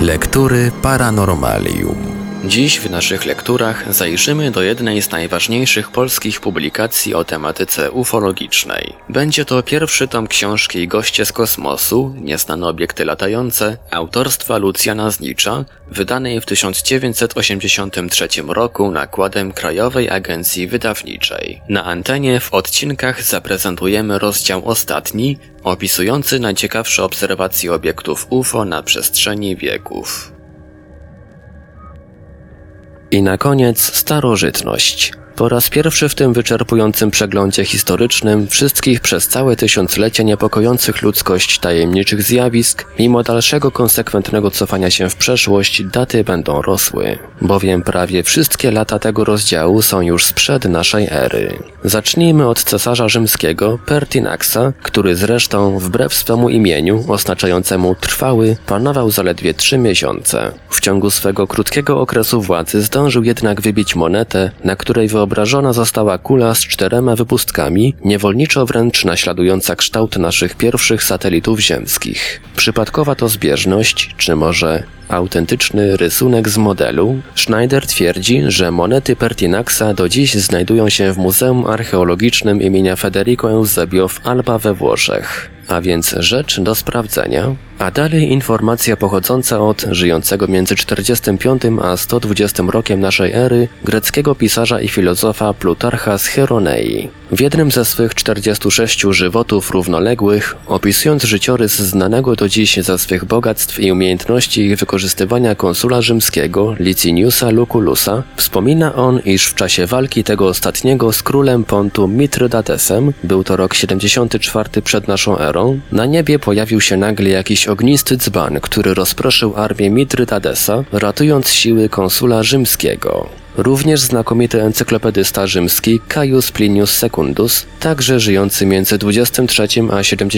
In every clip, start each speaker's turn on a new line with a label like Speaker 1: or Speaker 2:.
Speaker 1: Lektury Paranormalium. Dziś w naszych lekturach zajrzymy do jednej z najważniejszych polskich publikacji o tematyce ufologicznej. Będzie to pierwszy tom książki Goście z kosmosu, nieznane obiekty latające, autorstwa Lucjana Znicza, wydanej w 1983 roku nakładem Krajowej Agencji Wydawniczej. Na antenie w odcinkach zaprezentujemy rozdział ostatni, opisujący najciekawsze obserwacje obiektów UFO na przestrzeni wieków. I na koniec starożytność. Po raz pierwszy w tym wyczerpującym przeglądzie historycznym wszystkich przez całe tysiąclecia niepokojących ludzkość tajemniczych zjawisk, mimo dalszego konsekwentnego cofania się w przeszłość, daty będą rosły. Bowiem prawie wszystkie lata tego rozdziału są już sprzed naszej ery. Zacznijmy od cesarza rzymskiego Pertinaxa, który zresztą, wbrew swemu imieniu, oznaczającemu trwały, panował zaledwie 3 miesiące. W ciągu swego krótkiego okresu władzy zdążył jednak wybić monetę, na której wyobrażona została kula z 4 wypustkami, niewolniczo wręcz naśladująca kształt naszych pierwszych satelitów ziemskich. Przypadkowa to zbieżność, czy może autentyczny rysunek z modelu? Schneider twierdzi, że monety Pertinaxa do dziś znajdują się w Muzeum Archeologicznym imienia Federico Eusebio w Alba we Włoszech. A więc rzecz do sprawdzenia. A dalej informacja pochodząca od żyjącego między 45 a 120 rokiem naszej ery greckiego pisarza i filozofa Plutarcha z Cheronei. W jednym ze swych 46 żywotów równoległych, opisując życiorys znanego do dziś ze swych bogactw i umiejętności ich wykorzystywania konsula rzymskiego Liciniusa Luculusa, wspomina on, iż w czasie walki tego ostatniego z królem Pontu Mitrydatesem, był to rok 74 przed naszą erą, na niebie pojawił się nagle jakiś ognisty dzban, który rozproszył armię Mitrydatesa, ratując siły konsula rzymskiego. Również znakomity encyklopedysta rzymski Caius Plinius Secundus, także żyjący między 23 a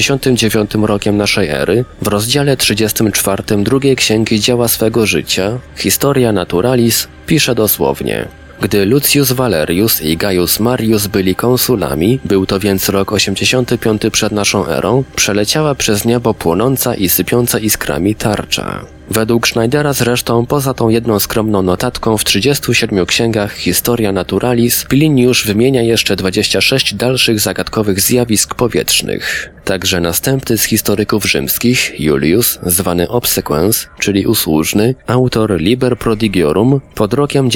Speaker 1: 79 rokiem naszej ery, w rozdziale 34 drugiej księgi dzieła swego życia, Historia Naturalis, pisze dosłownie: gdy Lucius Valerius i Gaius Marius byli konsulami, był to więc rok 85 przed naszą erą, przeleciała przez niebo płonąca i sypiąca iskrami tarcza. Według Schneidera zresztą, poza tą jedną skromną notatką w 37 księgach Historia Naturalis, Pliniusz wymienia jeszcze 26 dalszych zagadkowych zjawisk powietrznych. Także następny z historyków rzymskich, Julius, zwany Obsequens, czyli usłużny, autor Liber Prodigiorum, pod rokiem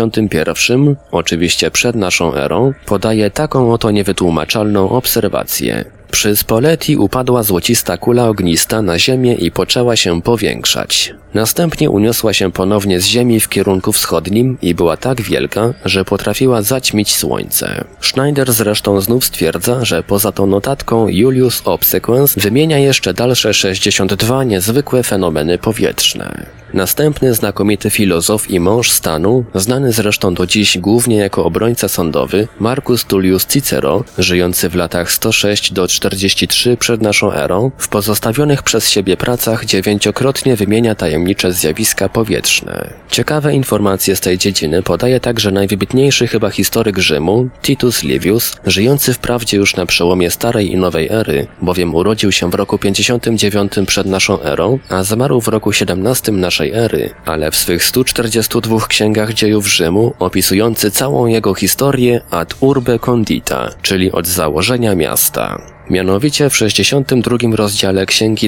Speaker 1: 91, oczywiście przed naszą erą, podaje taką oto niewytłumaczalną obserwację. Przy Spoletii upadła złocista kula ognista na ziemię i poczęła się powiększać. Następnie uniosła się ponownie z ziemi w kierunku wschodnim i była tak wielka, że potrafiła zaćmić słońce. Schneider zresztą znów stwierdza, że poza tą notatką Julius Obsequens wymienia jeszcze dalsze 62 niezwykłe fenomeny powietrzne. Następny znakomity filozof i mąż stanu, znany zresztą do dziś głównie jako obrońca sądowy, Marcus Tullius Cicero, żyjący w latach 106 do 43 przed naszą erą, w pozostawionych przez siebie pracach 9-krotnie wymienia tajemnicze zjawiska powietrzne. Ciekawe informacje z tej dziedziny podaje także najwybitniejszy chyba historyk Rzymu, Titus Livius, żyjący wprawdzie już na przełomie starej i nowej ery, bowiem urodził się w roku 59 przed naszą erą, a zmarł w roku 17 naszej ery, ale w swych 142 księgach dziejów Rzymu, opisujący całą jego historię ad urbe condita, czyli od założenia miasta. Mianowicie w 62 rozdziale Księgi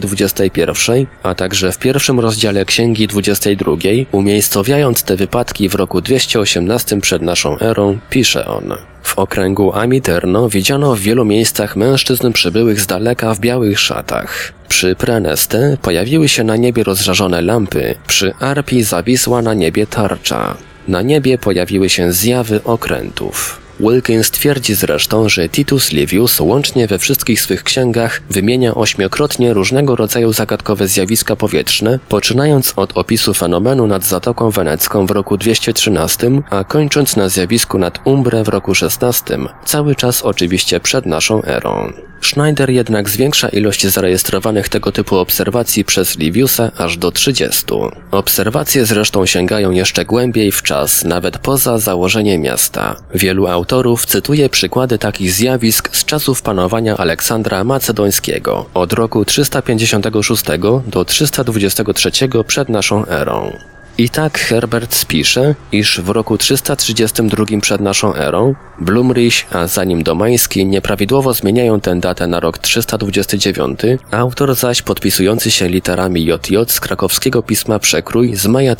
Speaker 1: 21, a także w pierwszym rozdziale Księgi 22, umiejscowiając te wypadki w roku 218 przed naszą erą, pisze on: w okręgu Amiterno widziano w wielu miejscach mężczyzn przybyłych z daleka w białych szatach. Przy Preneste pojawiły się na niebie rozżarzone lampy, przy Arpi zawisła na niebie tarcza. Na niebie pojawiły się zjawy okrętów. Wilkins twierdzi zresztą, że Titus Livius łącznie we wszystkich swych księgach wymienia 8-krotnie różnego rodzaju zagadkowe zjawiska powietrzne, poczynając od opisu fenomenu nad Zatoką Wenecką w roku 213, a kończąc na zjawisku nad Umbre w roku 16, cały czas oczywiście przed naszą erą. Schneider jednak zwiększa ilość zarejestrowanych tego typu obserwacji przez Liviusa aż do 30. Obserwacje zresztą sięgają jeszcze głębiej w czas, nawet poza założenie miasta. Wielu autorów cytuje przykłady takich zjawisk z czasów panowania Aleksandra Macedońskiego od roku 356 do 323 przed naszą erą. I tak Herbert pisze, iż w roku 332 przed naszą erą Blumrich, a za nim Domański nieprawidłowo zmieniają tę datę na rok 329, autor zaś podpisujący się literami JJ z krakowskiego pisma Przekrój z maja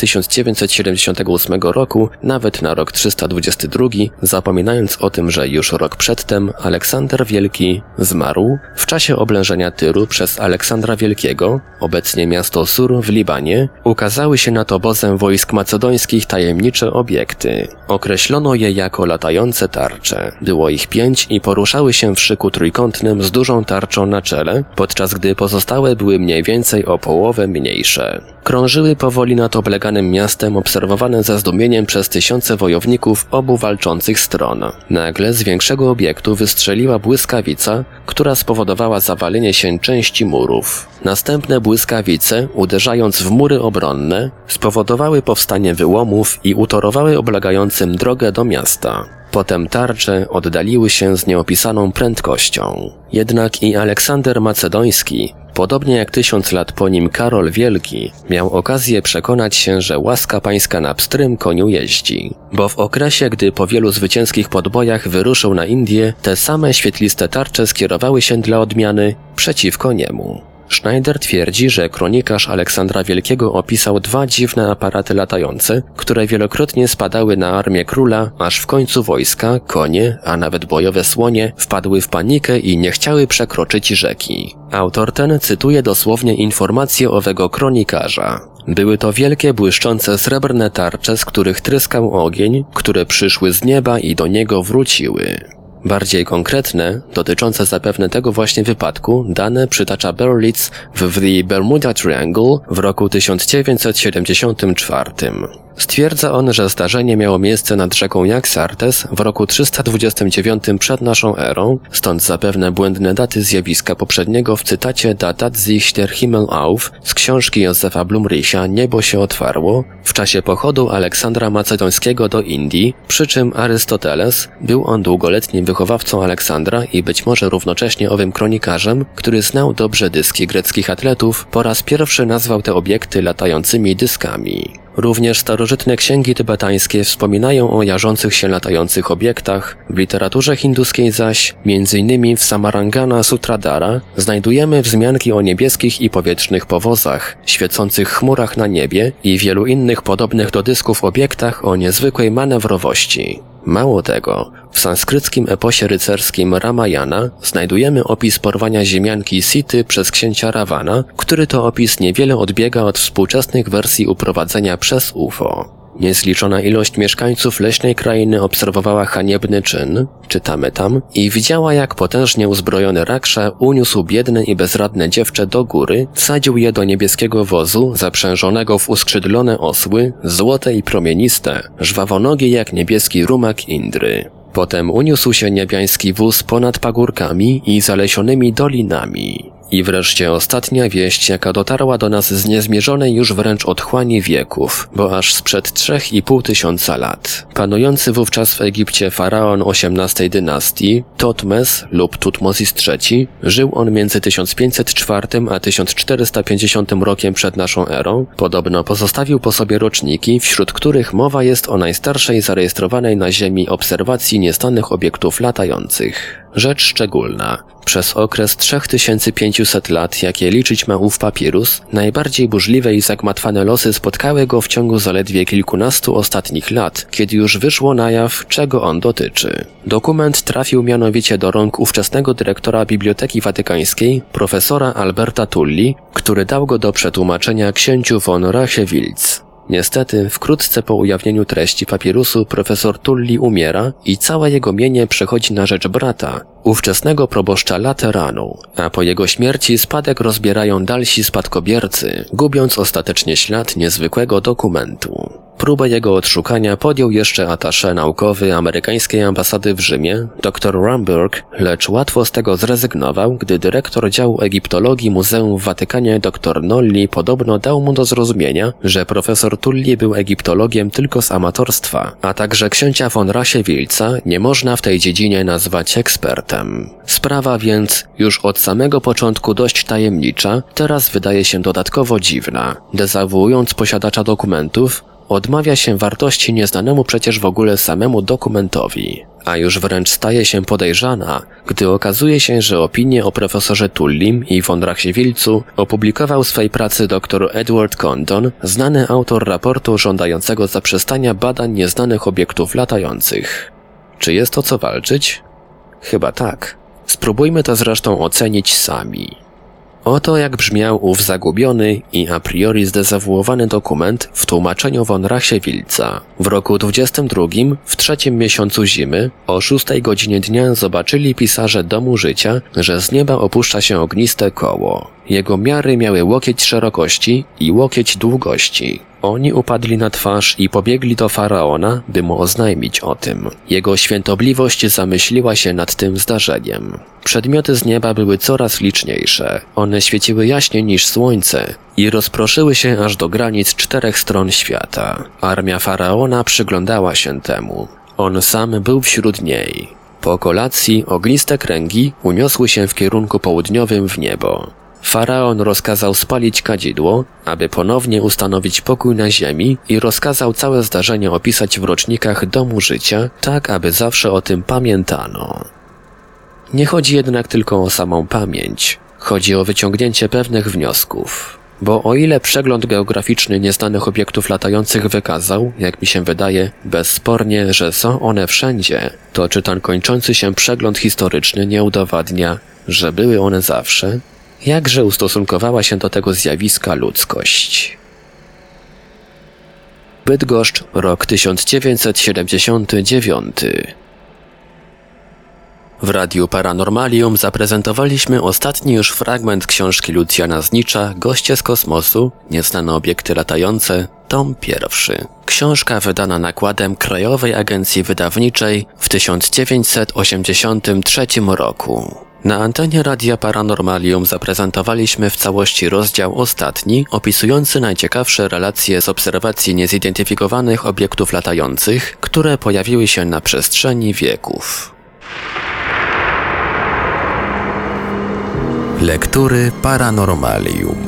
Speaker 1: 1978 roku nawet na rok 322, zapominając o tym, że już rok przedtem Aleksander Wielki zmarł w czasie oblężenia Tyru przez Aleksandra Wielkiego, obecnie miasto Sur w Libanie, ukazały się nad obozem wojsk macedońskich tajemnicze obiekty. Określono je jako latające tarcze. Było ich 5 i poruszały się w szyku trójkątnym z dużą tarczą na czele, podczas gdy pozostałe były mniej więcej o połowę mniejsze. Krążyły powoli nad obleganym miastem, obserwowane ze zdumieniem przez tysiące wojowników obu walczących stron. Nagle z większego obiektu wystrzeliła błyskawica, która spowodowała zawalenie się części murów. Następne błyskawice, uderzając w mury obronne, spowodowały powstanie wyłomów i utorowały oblegającym drogę do miasta. Potem tarcze oddaliły się z nieopisaną prędkością. Jednak i Aleksander Macedoński, podobnie jak 1000 lat po nim Karol Wielki, miał okazję przekonać się, że łaska pańska na pstrym koniu jeździ. Bo w okresie, gdy po wielu zwycięskich podbojach wyruszył na Indię, te same świetliste tarcze skierowały się dla odmiany przeciwko niemu. Schneider twierdzi, że kronikarz Aleksandra Wielkiego opisał 2 dziwne aparaty latające, które wielokrotnie spadały na armię króla, aż w końcu wojska, konie, a nawet bojowe słonie wpadły w panikę i nie chciały przekroczyć rzeki. Autor ten cytuje dosłownie informacje owego kronikarza. Były to wielkie, błyszczące srebrne tarcze, z których tryskał ogień, które przyszły z nieba i do niego wróciły. Bardziej konkretne, dotyczące zapewne tego właśnie wypadku, dane przytacza Berlitz w The Bermuda Triangle w roku 1974. Stwierdza on, że zdarzenie miało miejsce nad rzeką Jaxartes w roku 329 przed naszą erą, stąd zapewne błędne daty zjawiska poprzedniego w cytacie Datat sich der Himmel auf z książki Józefa Blumricha Niebo się otwarło w czasie pochodu Aleksandra Macedońskiego do Indii, przy czym Arystoteles, był on długoletnim wychowawcą Aleksandra i być może równocześnie owym kronikarzem, który znał dobrze dyski greckich atletów, po raz pierwszy nazwał te obiekty latającymi dyskami. Również starożytne księgi tybetańskie wspominają o jarzących się latających obiektach, w literaturze hinduskiej zaś, m.in. w Samarangana Sutradhara, znajdujemy wzmianki o niebieskich i powietrznych powozach, świecących chmurach na niebie i wielu innych podobnych do dysków obiektach o niezwykłej manewrowości. Mało tego, w sanskryckim eposie rycerskim Ramayana znajdujemy opis porwania ziemianki Sity przez księcia Ravana, który to opis niewiele odbiega od współczesnych wersji uprowadzenia przez UFO. Niezliczona ilość mieszkańców leśnej krainy obserwowała haniebny czyn, czytamy tam, i widziała, jak potężnie uzbrojony Raksha uniósł biedne i bezradne dziewczę do góry, wsadził je do niebieskiego wozu, zaprzężonego w uskrzydlone osły, złote i promieniste, żwawonogie jak niebieski rumak Indry. Potem uniósł się niebiański wóz ponad pagórkami i zalesionymi dolinami. I wreszcie ostatnia wieść, jaka dotarła do nas z niezmierzonej już wręcz otchłani wieków, bo aż sprzed 3500 lat. Panujący wówczas w Egipcie faraon XVIII dynastii, Totmes lub Tutmozis III, żył on między 1504 a 1450 rokiem przed naszą erą, podobno pozostawił po sobie roczniki, wśród których mowa jest o najstarszej zarejestrowanej na Ziemi obserwacji nieznanych obiektów latających. Rzecz szczególna. Przez okres 3500 lat, jakie liczyć ma ów papirus, najbardziej burzliwe i zagmatwane losy spotkały go w ciągu zaledwie kilkunastu ostatnich lat, kiedy już wyszło na jaw, czego on dotyczy. Dokument trafił mianowicie do rąk ówczesnego dyrektora Biblioteki Watykańskiej, profesora Alberta Tulli, który dał go do przetłumaczenia księciu von Rachewilc. Niestety, wkrótce po ujawnieniu treści papirusu profesor Tulli umiera i całe jego mienie przechodzi na rzecz brata, ówczesnego proboszcza Lateranu, a po jego śmierci spadek rozbierają dalsi spadkobiercy, gubiąc ostatecznie ślad niezwykłego dokumentu. Próbę jego odszukania podjął jeszcze atasze naukowy amerykańskiej ambasady w Rzymie, dr Ramberg, lecz łatwo z tego zrezygnował, gdy dyrektor działu egiptologii Muzeum w Watykanie dr Nolli podobno dał mu do zrozumienia, że profesor Tulli był egiptologiem tylko z amatorstwa, a także księcia von Rasiewilca nie można w tej dziedzinie nazwać ekspertem. Sprawa więc, już od samego początku dość tajemnicza, teraz wydaje się dodatkowo dziwna. Dezawuując posiadacza dokumentów, odmawia się wartości nieznanemu przecież w ogóle samemu dokumentowi, a już wręcz staje się podejrzana, gdy okazuje się, że opinię o profesorze Tullim i von Rasiewilcu opublikował w swej pracy dr Edward Condon, znany autor raportu żądającego zaprzestania badań nieznanych obiektów latających. Czy jest to co walczyć? Chyba tak. Spróbujmy to zresztą ocenić sami. Oto jak brzmiał ów zagubiony i a priori zdezawuowany dokument w tłumaczeniu von Rasiewilca. W roku 22, w 3. miesiącu zimy, o 6 godzinie dnia zobaczyli pisarze Domu Życia, że z nieba opuszcza się ogniste koło. Jego miary miały łokieć szerokości i łokieć długości. Oni upadli na twarz i pobiegli do faraona, by mu oznajmić o tym. Jego świątobliwość zamyśliła się nad tym zdarzeniem. Przedmioty z nieba były coraz liczniejsze. One świeciły jaśniej niż słońce i rozproszyły się aż do granic 4 stron świata. Armia faraona przyglądała się temu. On sam był wśród niej. Po kolacji ogniste kręgi uniosły się w kierunku południowym w niebo. Faraon rozkazał spalić kadzidło, aby ponownie ustanowić pokój na ziemi i rozkazał całe zdarzenie opisać w rocznikach Domu Życia, tak aby zawsze o tym pamiętano. Nie chodzi jednak tylko o samą pamięć. Chodzi o wyciągnięcie pewnych wniosków. Bo o ile przegląd geograficzny nieznanych obiektów latających wykazał, jak mi się wydaje, bezspornie, że są one wszędzie, to czy ten kończący się przegląd historyczny nie udowadnia, że były one zawsze? Jakże ustosunkowała się do tego zjawiska ludzkość? Bydgoszcz, rok 1979. W Radiu Paranormalium zaprezentowaliśmy ostatni już fragment książki Lucjana Znicza Goście z kosmosu, nieznane obiekty latające, tom 1. Książka wydana nakładem Krajowej Agencji Wydawniczej w 1983 roku. Na antenie Radia Paranormalium zaprezentowaliśmy w całości rozdział ostatni, opisujący najciekawsze relacje z obserwacji niezidentyfikowanych obiektów latających, które pojawiły się na przestrzeni wieków. Lektury Paranormalium.